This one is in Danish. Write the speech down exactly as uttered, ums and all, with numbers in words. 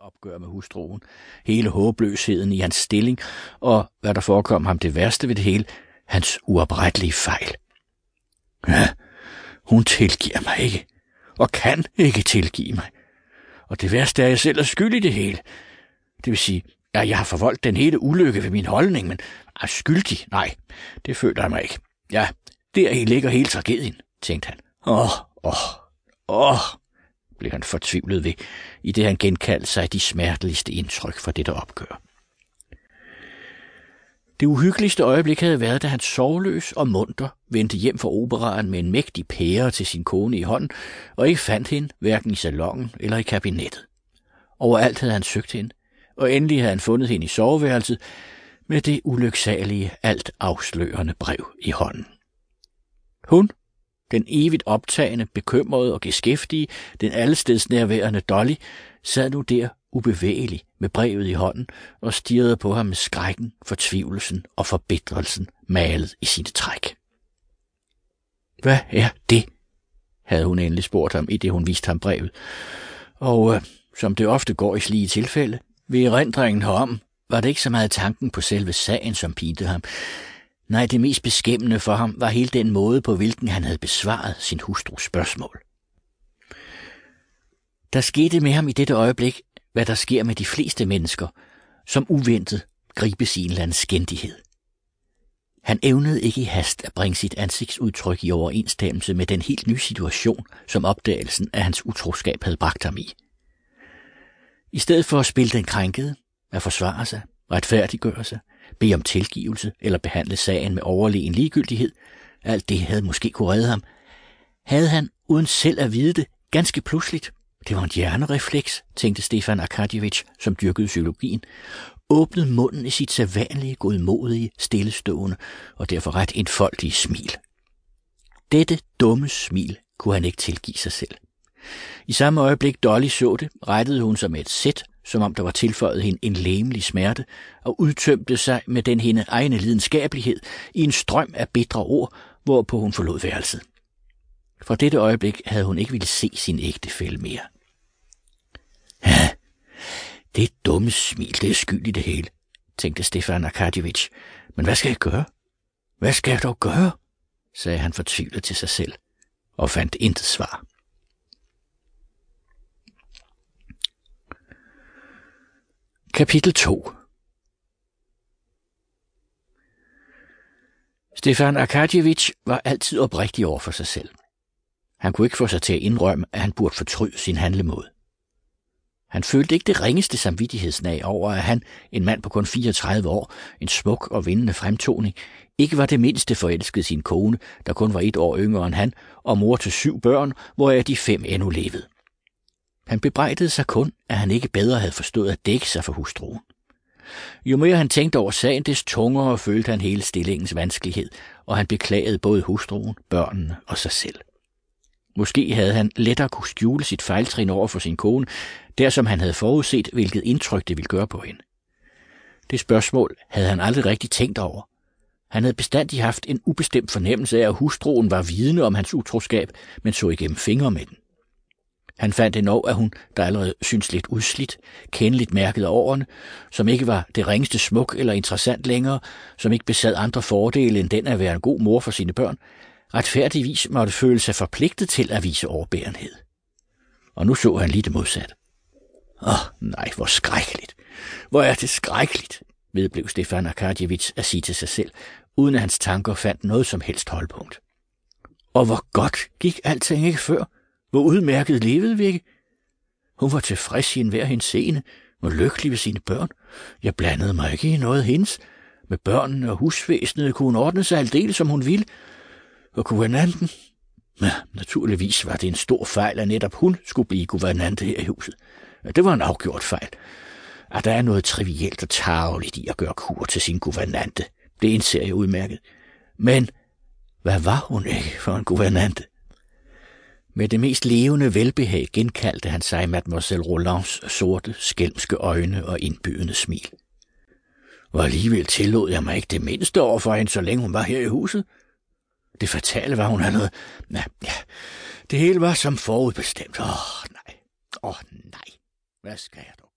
opgør med hustruen, hele håbløsheden i hans stilling, og hvad der forekom ham det værste ved det hele, hans uoprettelige fejl. Ja, hun tilgiver mig ikke, og kan ikke tilgive mig. Og det værste er, at jeg selv er skyld i det hele. Det vil sige, at jeg har forvoldt den hele ulykke ved min holdning, men er skyldig? Nej, det føler jeg mig ikke. Ja, deri ligger hele tragedien, tænkte han. Åh, åh, åh, blev han fortvivlet ved, i det han genkaldte sig de smerteligste indtryk fra dette opgør. Det uhyggeligste øjeblik havde været, da han sovløs og munter vendte hjem fra operaen med en mægtig pære til sin kone i hånden, og ikke fandt hende, hverken i salongen eller i kabinettet. Overalt havde han søgt hende, og endelig havde han fundet hende i soveværelset med det ulyksalige, alt afslørende brev i hånden. Hun, den evigt optagende, bekymrede og geskæftige, den allestedsnærværende Dolly, sad nu der ubevægelig med brevet i hånden og stirrede på ham med skrækken, fortvivlelsen og forbitrelsen malet i sine træk. Hvad er det? Havde hun endelig spurgt ham, i det hun viste ham brevet. Og øh, som det ofte går i slige tilfælde, ved erindringen herom, var det ikke så meget tanken på selve sagen, som pinte ham. Nej, det mest beskæmmende for ham var hele den måde, på hvilken han havde besvaret sin hustrus spørgsmål. Der skete med ham i dette øjeblik, hvad der sker med de fleste mennesker, som uventet gribes i en eller anden skændighed. Han evnede ikke i hast at bringe sit ansigtsudtryk i overensstemmelse med den helt nye situation, som opdagelsen af hans utroskab havde bragt ham i. I stedet for at spille den krænkede, at forsvare sig, retfærdiggøre sig, bede om tilgivelse eller behandle sagen med overlegen ligegyldighed, alt det havde måske kunne redde ham, havde han, uden selv at vide det, ganske pludseligt, det var en hjernerefleks, tænkte Stefan Arkadjevitj, som dyrkede psykologien, åbnede munden i sit sædvanlige, godmodige, stillestående og derfor ret enfoldige smil. Dette dumme smil kunne han ikke tilgive sig selv. I samme øjeblik Dolly så det, rettede hun sig med et sæt, som om der var tilføjet hende en legemlig smerte, og udtømte sig med den hende egne lidenskabelighed i en strøm af bitre ord, hvorpå hun forlod værelset. Fra dette øjeblik havde hun ikke ville se sin ægtefælle mere. Ja, det dumme smil, det er skyld i det hele, tænkte Stefan Arkadjevitj. Men hvad skal jeg gøre? Hvad skal jeg dog gøre? Sagde han fortvivlet til sig selv, og fandt intet svar. Kapitel to. Stefan Arkadjevitj var altid oprigtig over for sig selv. Han kunne ikke få sig til at indrømme, at han burde fortryde sin handlemåde. Han følte ikke det ringeste samvittighedsnag over, at han, en mand på kun fireogtredive år, en smuk og vindende fremtoning, ikke var det mindste forelsket sin kone, der kun var et år yngre end han, og mor til syv børn, hvoraf de fem endnu levede. Han bebrejdede sig kun, at han ikke bedre havde forstået at dække sig for hustruen. Jo mere han tænkte over sagen, des tungere følte han hele stillingens vanskelighed, og han beklagede både hustruen, børnene og sig selv. Måske havde han lettere kunne skjule sit fejltrin over for sin kone, der som han havde forudset, hvilket indtryk det ville gøre på hende. Det spørgsmål havde han aldrig rigtig tænkt over. Han havde bestandig haft en ubestemt fornemmelse af, at hustruen var vidende om hans utroskab, men så igennem fingre med den. Han fandt endnu, at hun, der allerede syntes lidt udslidt, kendeligt mærket af årene, som ikke var det ringeste smuk eller interessant længere, som ikke besad andre fordele end den at være en god mor for sine børn, retfærdigvis måtte føle sig forpligtet til at vise overbærenhed. Og nu så han lige det modsat. Åh, oh, nej, hvor skrækkeligt. Hvor er det skrækkeligt, vedblev Stefan Arkadjevitj at sige til sig selv, uden at hans tanker fandt noget som helst holdpunkt. Og hvor godt gik alting ikke før? Hvor udmærket levede vi ikke? Hun var tilfreds i enhver henseende, og lykkelig ved sine børn. Jeg blandede mig ikke i noget hendes. Med børnene og husvæsenet kunne hun ordne sig aldeles, som hun ville. Og guvernanten? Ja, naturligvis var det en stor fejl, at netop hun skulle blive guvernante her i huset. Ja, det var en afgjort fejl. At der er noget trivielt og tarveligt i at gøre kur til sin guvernante. Det indser jeg udmærket. Men hvad var hun ikke for en guvernante? Med det mest levende velbehag genkaldte han sig Mademoiselle Rolands sorte, skælmske øjne og indbydende smil. Og alligevel tillod jeg mig ikke det mindste over for hende, så længe hun var her i huset. Det fatale var, hun havde noget... Ja, ja, det hele var som forudbestemt. Åh, oh, nej. Åh, oh, nej. Hvad skal jeg dog